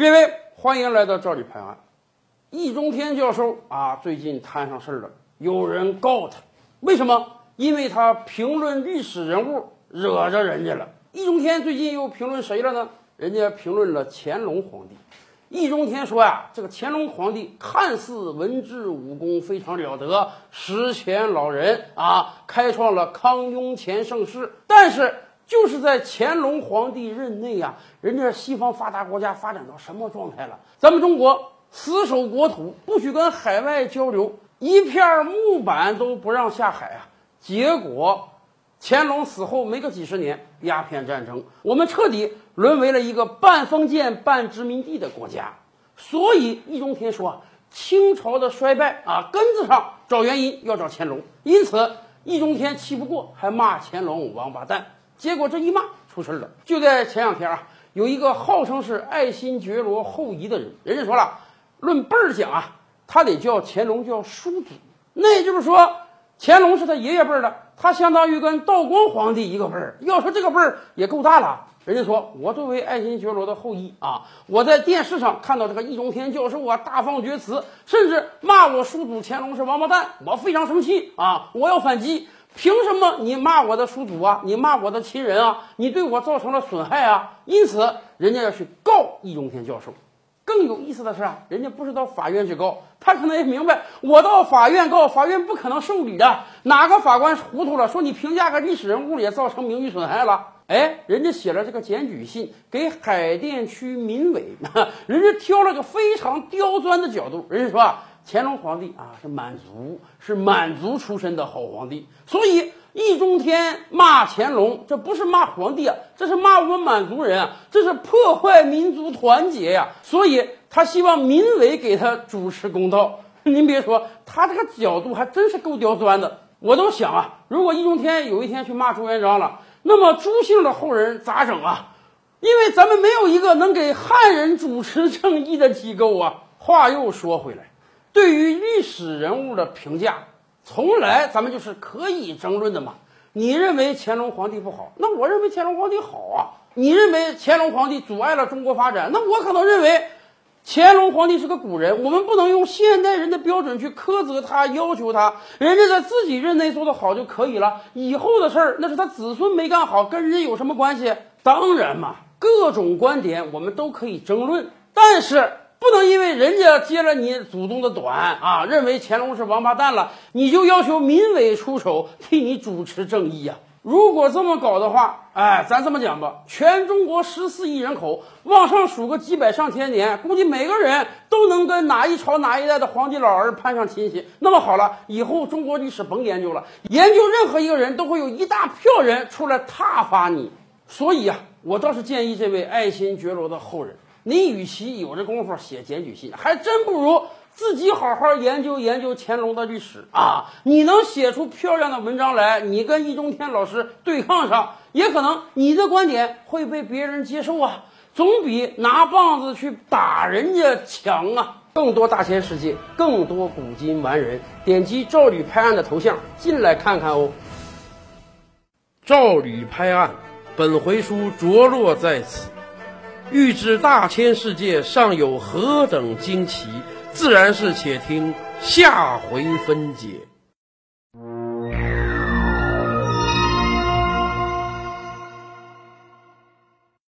各位，欢迎来到赵李拍案。易中天教授最近摊上事儿了，有人告他，为什么？因为他评论历史人物惹着人家了。易中天最近又评论谁了呢？人家评论了乾隆皇帝。易中天说这个乾隆皇帝看似文治武功非常了得，实权老人开创了康雍乾盛世，但是就是在乾隆皇帝任内人家西方发达国家发展到什么状态了？咱们中国死守国土，不许跟海外交流，一片木板都不让下海结果乾隆死后没个几十年，鸦片战争，我们彻底沦为了一个半封建半殖民地的国家。所以易中天说清朝的衰败根子上找原因要找乾隆。因此易中天气不过，还骂乾隆王八蛋。结果这一骂出事了。就在前两天有一个号称是爱新觉罗后裔的人，人家说了，论辈儿讲他得叫乾隆叫叔祖，那也就是说乾隆是他爷爷辈儿的，他相当于跟道光皇帝一个辈儿。要说这个辈儿也够大了。人家说，我作为爱新觉罗的后裔我在电视上看到这个易中天教授大放厥词，甚至骂我叔祖乾隆是王八蛋，我非常生气我要反击。凭什么你骂我的叔祖你骂我的亲人你对我造成了损害因此人家要去告易中天教授。更有意思的是人家不是到法院去告，他可能也明白，我到法院告，法院不可能受理的。哪个法官糊涂了，说你评价个历史人物也造成名誉损害了？人家写了这个检举信给海淀区民委，人家挑了个非常刁钻的角度，人家说乾隆皇帝是满族出身的好皇帝，所以易中天骂乾隆，这不是骂皇帝这是骂我们满族人这是破坏民族团结所以他希望民委给他主持公道。您别说，他这个角度还真是够刁钻的。我都想如果易中天有一天去骂朱元璋了，那么朱姓的后人咋整因为咱们没有一个能给汉人主持正义的机构话又说回来，对于历史人物的评价从来咱们就是可以争论的嘛。你认为乾隆皇帝不好，那我认为乾隆皇帝好你认为乾隆皇帝阻碍了中国发展，那我可能认为乾隆皇帝是个古人，我们不能用现代人的标准去苛责他，要求他，人家在自己任内做得好就可以了，以后的事儿那是他子孙没干好，跟人家有什么关系？当然嘛，各种观点我们都可以争论，但是不能因为人家接了你祖宗的短认为乾隆是王八蛋了，你就要求民委出手替你主持正义如果这么搞的话，咱这么讲吧，全中国14亿人口往上数个几百上千年，估计每个人都能跟哪一朝哪一代的皇帝老儿攀上亲戚。那么好了，以后中国历史甭研究了，研究任何一个人都会有一大票人出来挞伐你。所以我倒是建议这位爱新觉罗的后人，你与其有这功夫写检举信，还真不如自己好好研究研究乾隆的历史你能写出漂亮的文章来，你跟易中天老师对抗上，也可能你的观点会被别人接受总比拿棒子去打人家强更多大千世界，更多古今完人，点击赵吕拍案的头像进来看看哦。赵吕拍案，本回书着落在此，欲知大千世界尚有何等惊奇，自然是且听下回分解。